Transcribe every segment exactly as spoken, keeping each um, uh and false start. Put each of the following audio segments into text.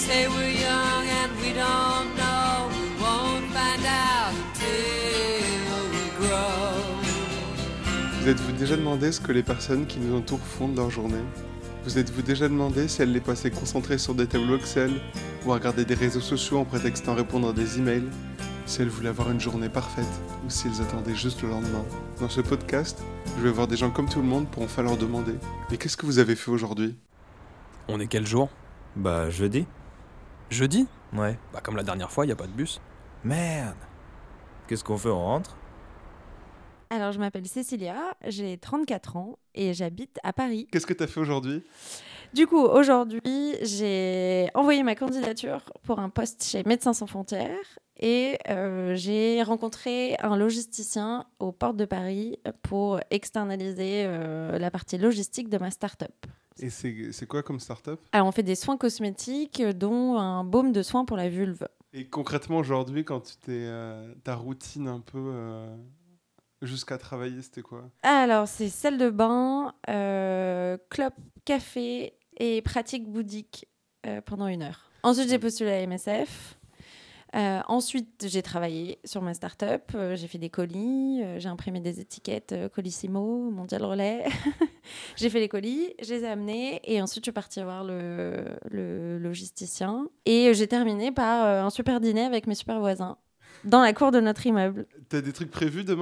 say we're young and we don't know. We won't find out until we grow. Vous êtes-vous déjà demandé ce que les personnes qui nous entourent font de leur journée ? Vous êtes-vous déjà demandé si elles les passaient concentrées sur des tableaux Excel ou à regarder des réseaux sociaux en prétextant répondre à des emails, si elles voulaient avoir une journée parfaite ou si elles attendaient juste le lendemain ? Dans ce podcast, je vais voir des gens comme tout le monde pour enfin leur demander « Mais qu'est-ce que vous avez fait aujourd'hui ?» On est quel jour ? Bah, jeudi. Jeudi ? Ouais. Bah comme la dernière fois, y a pas de bus. Merde. Qu'est-ce qu'on fait, on rentre ? Alors, je m'appelle Cécilia, j'ai trente-quatre ans et j'habite à Paris. Qu'est-ce que t'as fait aujourd'hui ? Du coup, aujourd'hui, j'ai envoyé ma candidature pour un poste chez Médecins Sans Frontières et euh, j'ai rencontré un logisticien aux portes de Paris pour externaliser euh, la partie logistique de ma start-up. Et c'est, c'est quoi comme start-up ? Alors, on fait des soins cosmétiques, dont un baume de soin pour la vulve. Et concrètement, aujourd'hui, quand tu t'es, euh, ta routine un peu euh, jusqu'à travailler, c'était quoi ? Alors, c'est salle de bain, euh, clope, café et pratique bouddhique euh, pendant une heure. Ensuite, j'ai postulé à M S F. Euh, ensuite, j'ai travaillé sur ma start-up. Euh, j'ai fait des colis. Euh, j'ai imprimé des étiquettes euh, Colissimo, Mondial Relais. J'ai fait les colis, je les ai amenés. Et ensuite, je suis partie voir le, le logisticien. Et euh, j'ai terminé par euh, un super dîner avec mes super voisins dans la cour de notre immeuble. T'as des trucs prévus demain ?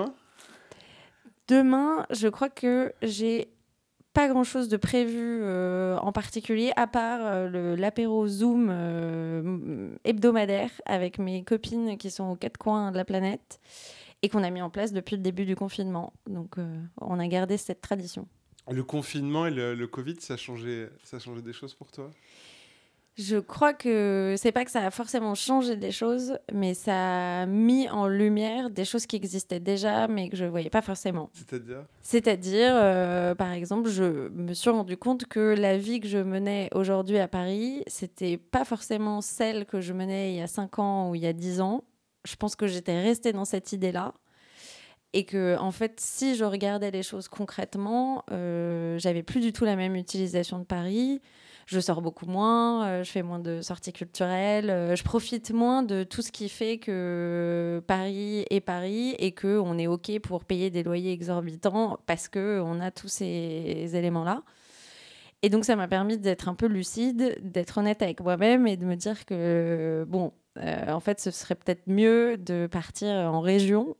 Demain, je crois que j'ai pas grand-chose de prévu euh, en particulier, à part euh, le, l'apéro Zoom euh, hebdomadaire avec mes copines qui sont aux quatre coins de la planète et qu'on a mis en place depuis le début du confinement. Donc, euh, on a gardé cette tradition. Le confinement et le, le Covid, ça a changé, ça a changé des choses pour toi ? Je crois que c'est pas que ça a forcément changé des choses, mais ça a mis en lumière des choses qui existaient déjà, mais que je voyais pas forcément. C'est-à-dire ? C'est-à-dire, euh, par exemple, je me suis rendu compte que la vie que je menais aujourd'hui à Paris, c'était pas forcément celle que je menais il y a cinq ans ou il y a dix ans. Je pense que j'étais restée dans cette idée-là. Et que, en fait, si je regardais les choses concrètement, euh, j'avais plus du tout la même utilisation de Paris. Je sors beaucoup moins, euh, je fais moins de sorties culturelles, euh, je profite moins de tout ce qui fait que Paris est Paris et qu'on est OK pour payer des loyers exorbitants parce qu'on a tous ces éléments-là. Et donc, ça m'a permis d'être un peu lucide, d'être honnête avec moi-même et de me dire que, bon, euh, en fait, ce serait peut-être mieux de partir en région.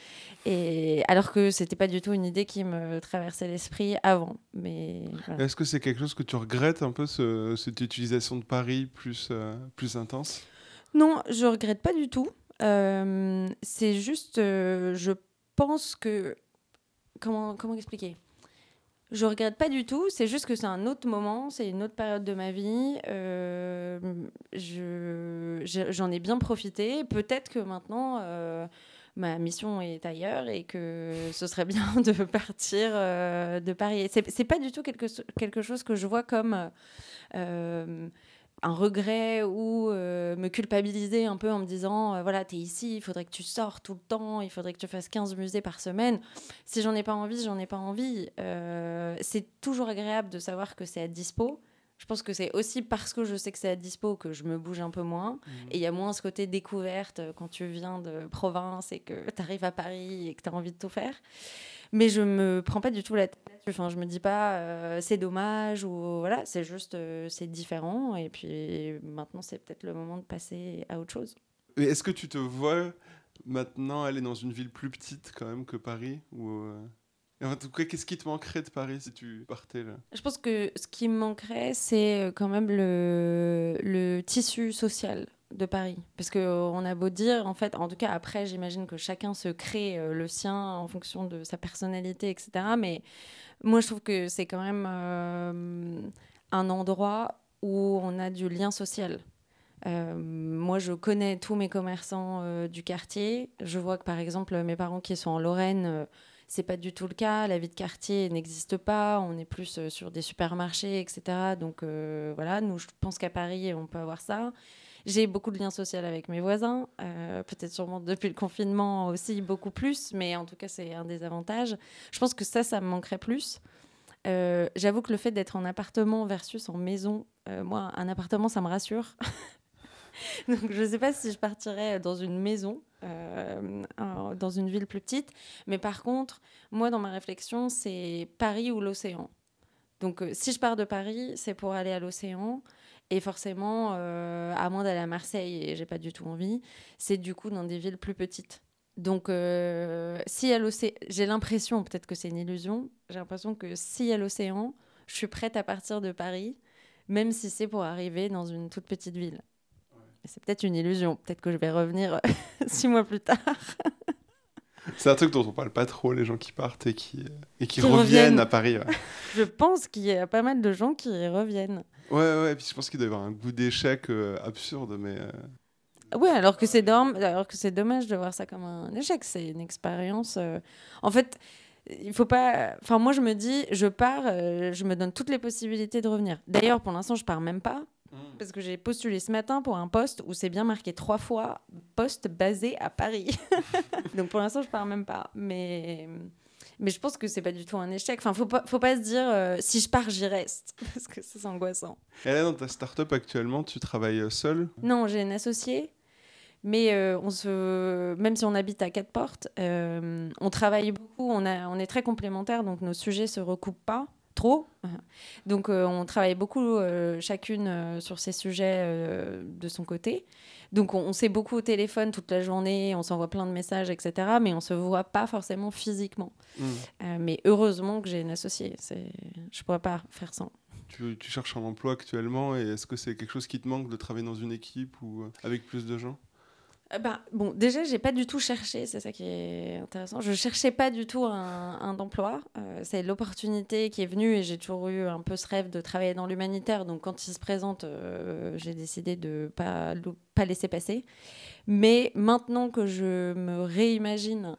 Et alors que c'était pas du tout une idée qui me traversait l'esprit avant. Mais voilà. Est-ce que c'est quelque chose que tu regrettes un peu, ce, cette utilisation de Paris plus, euh, plus intense ? Non, je regrette pas du tout. Euh, c'est juste, euh, je pense que... Comment, comment expliquer ? Je regrette pas du tout, c'est juste que c'est un autre moment, c'est une autre période de ma vie. Euh, je, je, j'en ai bien profité. Peut-être que maintenant... Euh, ma mission est ailleurs et que ce serait bien de partir euh, de Paris. C'est, c'est pas du tout quelque, quelque chose que je vois comme euh, un regret ou euh, me culpabiliser un peu en me disant euh, voilà, t'es ici, il faudrait que tu sors tout le temps, il faudrait que tu fasses quinze musées par semaine. Si j'en ai pas envie, j'en ai pas envie. Euh, c'est toujours agréable de savoir que c'est à dispo. Je pense que c'est aussi parce que je sais que c'est à dispo que je me bouge un peu moins. Mmh. Et il y a moins ce côté découverte quand tu viens de province et que tu arrives à Paris et que tu as envie de tout faire. Mais je me prends pas du tout la tête. Enfin, je me dis pas euh, c'est dommage ou voilà, c'est juste euh, c'est différent. Et puis maintenant, c'est peut-être le moment de passer à autre chose. Et est-ce que tu te vois maintenant aller dans une ville plus petite quand même que Paris ou euh... En tout cas, qu'est-ce qui te manquerait de Paris si tu partais là ? Je pense que ce qui me manquerait, c'est quand même le, le tissu social de Paris. Parce qu'on a beau dire, en fait, en tout cas, après, j'imagine que chacun se crée le sien en fonction de sa personnalité, et cetera. Mais moi, je trouve que c'est quand même euh, un endroit où on a du lien social. Euh, moi, je connais tous mes commerçants euh, du quartier. Je vois que, par exemple, mes parents qui sont en Lorraine... Euh, c'est pas du tout le cas, la vie de quartier n'existe pas, on est plus euh, sur des supermarchés, et cetera. Donc euh, voilà, nous, je pense qu'à Paris, on peut avoir ça. J'ai beaucoup de liens sociaux avec mes voisins, euh, peut-être sûrement depuis le confinement aussi beaucoup plus, mais en tout cas, c'est un des avantages. Je pense que ça, ça me manquerait plus. Euh, j'avoue que le fait d'être en appartement versus en maison, Euh, moi, un appartement, ça me rassure. Donc, je ne sais pas si je partirais dans une maison, euh, un- dans une ville plus petite. Mais par contre, moi, dans ma réflexion, c'est Paris ou l'océan. Donc, euh, si je pars de Paris, c'est pour aller à l'océan. Et forcément, euh, à moins d'aller à Marseille, et j'ai pas du tout envie, c'est du coup dans des villes plus petites. Donc, euh, si à l'océan, j'ai l'impression, peut-être que c'est une illusion, j'ai l'impression que si à l'océan, je suis prête à partir de Paris, même si c'est pour arriver dans une toute petite ville. Mais c'est peut-être une illusion. Peut-être que je vais revenir six mois plus tard. C'est un truc dont on parle pas trop, les gens qui partent et qui, et qui, Qui reviennent, reviennent. à Paris. Ouais, Je pense qu'il y a pas mal de gens qui y reviennent. ouais, ouais. Puis je pense qu'il doit y avoir un goût d'échec euh, absurde, mais... euh, Oui, alors que c'est dom- alors que c'est dommage de voir ça comme un échec. C'est une expérience. euh, En fait, il faut pas. Enfin, moi, je me dis, je pars, euh, je me donne toutes les possibilités de revenir. D'ailleurs, pour l'instant, je pars même pas parce que j'ai postulé ce matin pour un poste où c'est bien marqué trois fois poste basé à Paris. Donc, pour l'instant, je pars même pas. Mais mais je pense que c'est pas du tout un échec. Enfin, faut pas, faut pas se dire euh, si je pars, j'y reste parce que ça, c'est angoissant. Et là, dans ta start-up actuellement, tu travailles seul? Non, j'ai une associée. Mais euh, on se... même si on habite à quatre portes, euh, on travaille beaucoup, on, a... on est très complémentaires, donc nos sujets ne se recoupent pas trop. Donc euh, on travaille beaucoup euh, chacune euh, sur ses sujets euh, de son côté. Donc on, on s'est beaucoup au téléphone toute la journée, on s'envoie plein de messages, et cetera. Mais on ne se voit pas forcément physiquement. Mmh. Euh, mais heureusement que j'ai une associée. C'est... Je ne pourrais pas faire sans. Tu, tu cherches un emploi actuellement et est-ce que c'est quelque chose qui te manque de travailler dans une équipe ou euh, avec plus de gens? Euh, ben, bon, déjà, j'ai pas du tout cherché, c'est ça qui est intéressant. Je cherchais pas du tout un, un emploi. Euh, c'est l'opportunité qui est venue et j'ai toujours eu un peu ce rêve de travailler dans l'humanitaire. Donc, quand il se présente, euh, j'ai décidé de pas pas laisser passer. Mais maintenant que je me réimagine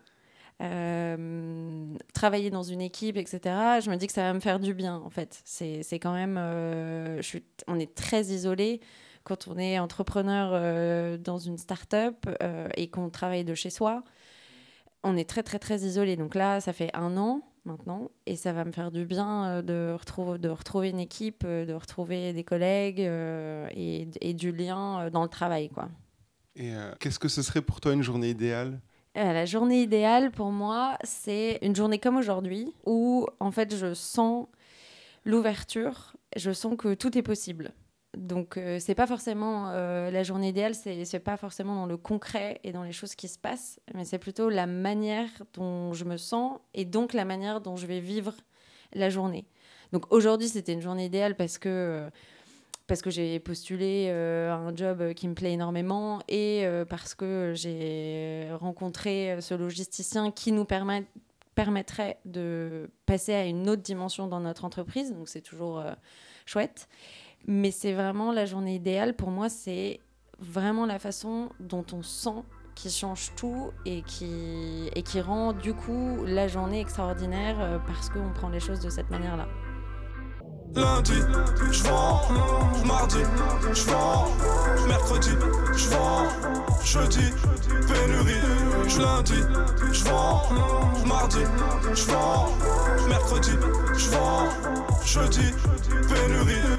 euh, travailler dans une équipe, et cetera, je me dis que ça va me faire du bien. En fait, c'est c'est quand même, euh, je suis, on est très isolés. Quand on est entrepreneur euh, dans une start-up euh, et qu'on travaille de chez soi, on est très, très, très isolé. Donc là, ça fait un an maintenant et ça va me faire du bien euh, de, retrouver, de retrouver une équipe, euh, de retrouver des collègues euh, et, et du lien euh, dans le travail, quoi. Et euh, qu'est-ce que ce serait pour toi une journée idéale? Euh, la journée idéale, pour moi, c'est une journée comme aujourd'hui où, en fait, je sens l'ouverture, je sens que tout est possible. Donc, euh, c'est pas forcément euh, la journée idéale, c'est, c'est pas forcément dans le concret et dans les choses qui se passent, mais c'est plutôt la manière dont je me sens et donc la manière dont je vais vivre la journée. Donc, aujourd'hui, c'était une journée idéale parce que, euh, parce que j'ai postulé euh, à un job qui me plaît énormément et euh, parce que j'ai rencontré ce logisticien qui nous permet, permettrait de passer à une autre dimension dans notre entreprise. Donc, c'est toujours euh, chouette. Mais c'est vraiment la journée idéale. Pour moi, c'est vraiment la façon dont on sent qui change tout et qui, et qui rend du coup la journée extraordinaire euh, parce qu'on prend les choses de cette manière-là. Lundi, je vends. Mardi, je vends. Mercredi, je vends. Jeudi, pénurie. Je lundi, je vends. Mardi, je vends. Mercredi, je vends. Jeudi, pénurie.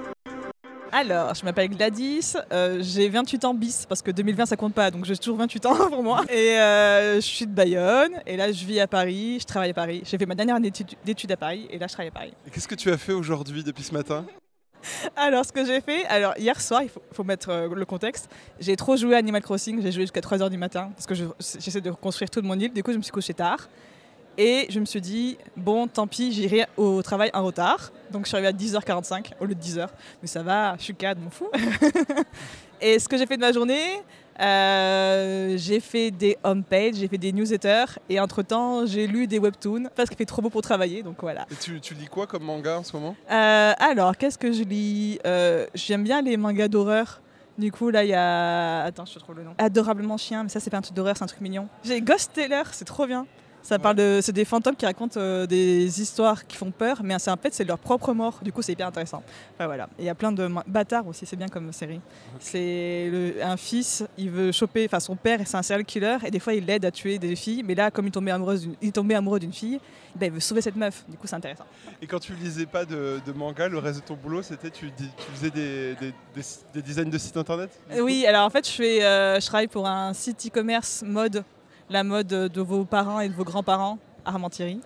Alors, je m'appelle Gladys, euh, j'ai vingt-huit ans bis, parce que deux mille vingt ça compte pas, donc j'ai toujours vingt-huit ans pour moi. Et euh, je suis de Bayonne, et là je vis à Paris, je travaille à Paris. J'ai fait ma dernière année d'études- d'études à Paris, et là je travaille à Paris. Et qu'est-ce que tu as fait aujourd'hui depuis ce matin? Alors, ce que j'ai fait, alors hier soir, il faut, faut mettre euh, le contexte, j'ai trop joué à Animal Crossing, j'ai joué jusqu'à trois heures du matin, parce que je- j'essaie de reconstruire toute mon île, du coup je me suis couchée tard. Et je me suis dit, bon, tant pis, j'irai au travail en retard. Donc je suis arrivée à dix heures quarante-cinq au lieu de dix heures. Mais ça va, je suis cadre, m'en fous. Et ce que j'ai fait de ma journée, euh, j'ai fait des homepages, j'ai fait des newsletters. Et entre-temps, j'ai lu des webtoons parce qu'il fait trop beau pour travailler. Donc voilà. Et tu, tu lis quoi comme manga en ce moment? Euh, alors, qu'est-ce que je lis euh, J'aime bien les mangas d'horreur. Du coup, là, il y a... Attends, je trouve le nom. Adorablement chien, mais ça, c'est pas un truc d'horreur, c'est un truc mignon. J'ai Ghost Tailor, c'est trop bien. Ça parle de, c'est des fantômes qui racontent euh, des histoires qui font peur, mais c'est, en fait c'est leur propre mort. Du coup c'est hyper intéressant. Enfin, voilà. Et il y a plein de ma- bâtards aussi, c'est bien comme série. C'est le, un fils, il veut choper, enfin son père c'est un serial killer et des fois il l'aide à tuer des filles, mais là comme il tombait amoureux d'une, il tombait amoureux d'une fille, ben, il veut sauver cette meuf. Du coup c'est intéressant. Et quand tu lisais pas de, de manga, le reste de ton boulot, c'était tu, dis- tu faisais des, des, des, des designs de sites internet du Euh, coup Oui, alors en fait, je, fais, euh, je travaille pour un site e-commerce mode, la mode de vos parents et de vos grands-parents, Armand-Thierry.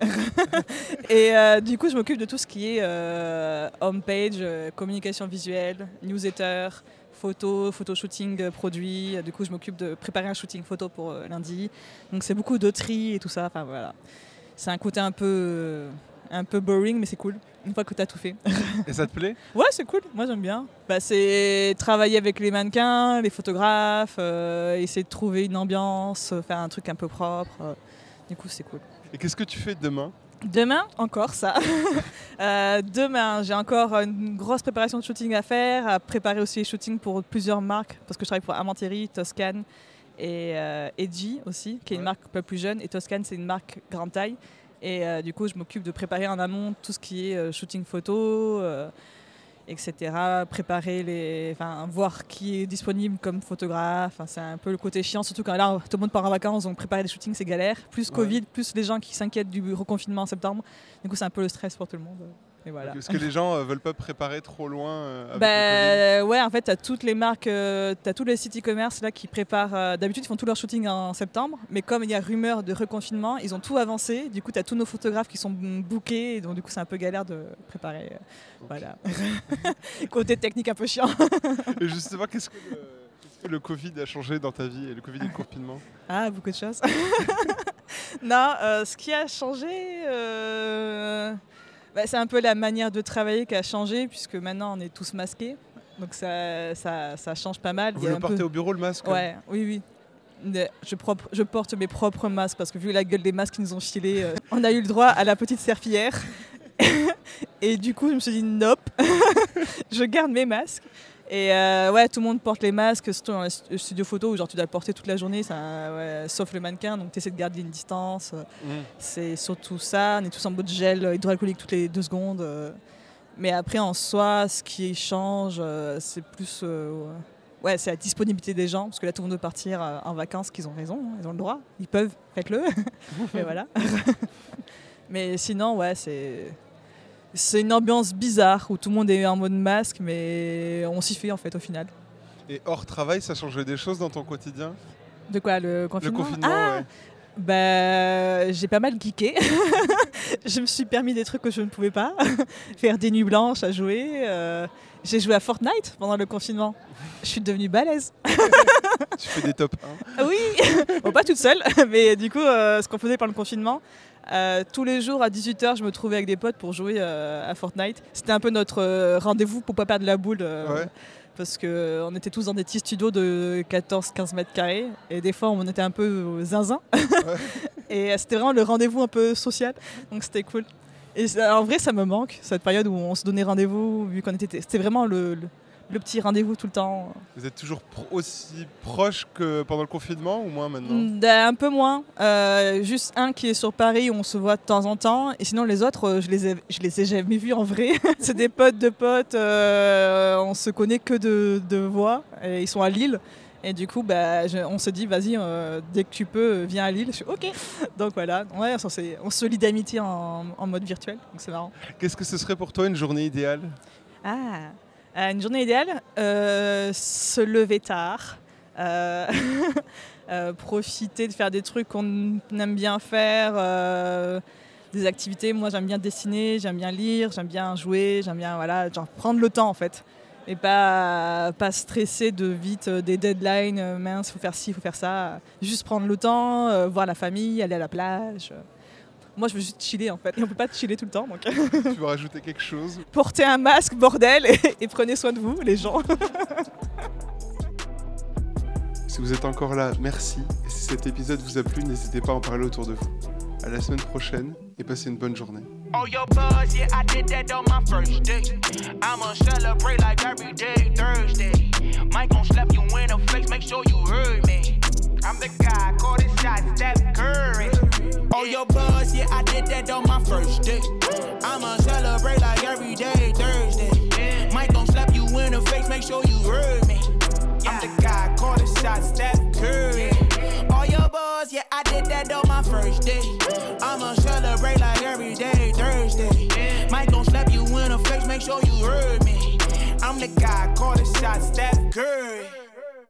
Et euh, du coup, je m'occupe de tout ce qui est euh, homepage, euh, communication visuelle, newsletter, photo, photo-shooting euh, produit. Du coup, je m'occupe de préparer un shooting photo pour euh, lundi. Donc, c'est beaucoup de tri et tout ça. Enfin, voilà. C'est un côté un peu, euh, un peu boring, mais c'est cool. Une fois que tu as tout fait. Et ça te plaît? Ouais, c'est cool, moi j'aime bien. Bah, c'est travailler avec les mannequins, les photographes, euh, essayer de trouver une ambiance, euh, faire un truc un peu propre. euh, du coup, c'est cool. Et qu'est-ce que tu fais demain? Demain, encore ça. Euh, demain, j'ai encore une grosse préparation de shooting à faire, à préparer aussi les shootings pour plusieurs marques, parce que je travaille pour Armand-Thierry, Toscane et euh, Edgy aussi, qui est une Ouais. marque un peu plus jeune, et Toscane, c'est une marque grande taille. Et euh, du coup, je m'occupe de préparer en amont tout ce qui est euh, shooting photo, euh, et cetera. Préparer les, enfin, voir qui est disponible comme photographe. Enfin, c'est un peu le côté chiant, surtout quand là, tout le monde part en vacances, donc préparer des shootings, c'est galère. Plus Ouais. Covid, plus les gens qui s'inquiètent du reconfinement en septembre. Du coup, c'est un peu le stress pour tout le monde. Et voilà. Parce que les gens euh, veulent pas préparer trop loin euh, avec le Bah, ouais, en fait, tu as toutes les marques, euh, tu as tous les sites e-commerce là, qui préparent. euh, D'habitude, ils font tout leur shooting en septembre, mais comme il y a rumeur de reconfinement, ils ont tout avancé. Du coup, tu as tous nos photographes qui sont bookés, et donc du coup, c'est un peu galère de préparer. euh, Voilà. Côté technique un peu chiant. Covid. Et justement, qu'est-ce que, le, qu'est-ce que le Covid a changé dans ta vie et le Covid et le confinement? Ah, beaucoup de choses. Non, euh, ce qui a changé, euh, bah, c'est un peu la manière de travailler qui a changé, puisque maintenant on est tous masqués. Donc ça, ça, ça change pas mal. Il Vous y a le un portez peu- au bureau le masque? Ouais, oui, oui. Ne- Je, propre- je porte mes propres masques parce que vu la gueule des masques qu'ils nous ont filés, euh, on a eu le droit à la petite serpillière. Et du coup, je me suis dit, nope, je garde mes masques. Et euh, ouais, tout le monde porte les masques, surtout dans le studio photo où genre, tu dois le porter toute la journée, ça, ouais, sauf le mannequin, donc tu essaies de garder une distance. euh, Mmh. C'est surtout ça, on est tous en mode gel euh, hydroalcoolique toutes les deux secondes. euh. Mais après, en soi, ce qui change, euh, c'est plus. euh, ouais, c'est la disponibilité des gens, parce que là, tout le monde veut partir euh, en vacances, qu'ils ont raison, hein, ils ont le droit, ils peuvent, faites-le. Et voilà. Mais sinon, ouais, c'est. C'est une ambiance bizarre où tout le monde est en mode masque, mais on s'y fait en fait au final. Et hors travail, ça changeait des choses dans ton quotidien? De quoi, le confinement? Le confinement, Ah, ouais. bah, j'ai pas mal geeké. Je me suis permis des trucs que je ne pouvais pas. Faire des nuits blanches à jouer. euh, J'ai joué à Fortnite pendant le confinement. Je suis devenue balèze. Tu fais des top un. Ah oui, bon, pas toute seule, mais du coup, euh, ce qu'on faisait pendant le confinement, euh, tous les jours à dix-huit heures, je me trouvais avec des potes pour jouer euh, à Fortnite. C'était un peu notre euh, rendez-vous pour pas perdre la boule. euh, Ouais. Parce qu'on était tous dans des petits studios de quatorze à quinze mètres carrés. Et des fois, on était un peu zinzin. Et euh, c'était vraiment le rendez-vous un peu social. Donc c'était cool. Et ça- en vrai, ça me manque, cette période où on se donnait rendez-vous, vu qu'on était. C'était vraiment le, le, le petit rendez-vous tout le temps. Vous êtes toujours pro- aussi proche que pendant le confinement ou moins maintenant? Mm, bah, un peu moins. Euh, juste un qui est sur Paris où on se voit de temps en temps. Et sinon, les autres, euh, je les ai, je les ai jamais vus en vrai. C'est des potes de potes. euh, on se connaît que de, de voix. Et ils sont à Lille. Et du coup, bah, je- on se dit, vas-y, euh, dès que tu peux, viens à Lille. Je suis OK. Donc voilà, ouais, on, s'est- on se lie d'amitié en, en mode virtuel. Donc c'est marrant. Qu'est-ce que ce serait pour toi une journée idéale? Ah, Euh, une journée idéale, euh, se lever tard, euh, euh, profiter de faire des trucs qu'on aime bien faire, euh, des activités. Moi, j'aime bien dessiner, j'aime bien lire, j'aime bien jouer, j'aime bien voilà, genre, prendre le temps en fait. Et pas, pas stresser de vite euh, des deadlines, euh, mince, il faut faire ci, il faut faire ça. Juste prendre le temps, euh, voir la famille, aller à la plage. Moi, je veux juste chiller en fait. Et on peut pas chiller tout le temps. Donc Tu veux rajouter quelque chose? portez un masque, bordel, et, et prenez soin de vous, les gens. Si vous êtes encore là, merci. Et si cet épisode vous a plu, n'hésitez pas à en parler autour de vous. À la semaine prochaine et passez une bonne journée. Oh, your buzz, yeah, I did that on my first day. I'ma celebrate like every day, Thursday. Mike gon' slap you in the face, make sure you heard me. I'm the guy, call this shot, Steph Curry. Oh, your buzz, yeah, I did that on my first day. I'ma celebrate like every day, Thursday. Mike gon' slap you in the face, make sure you heard me. I'm the guy, call the shot, Steph Curry. All your buzz, yeah, I did that on my first day. I'ma celebrate like every day, Thursday. Mike gon' slap you in the face, make sure you heard me. I'm the guy, call the shot, Steph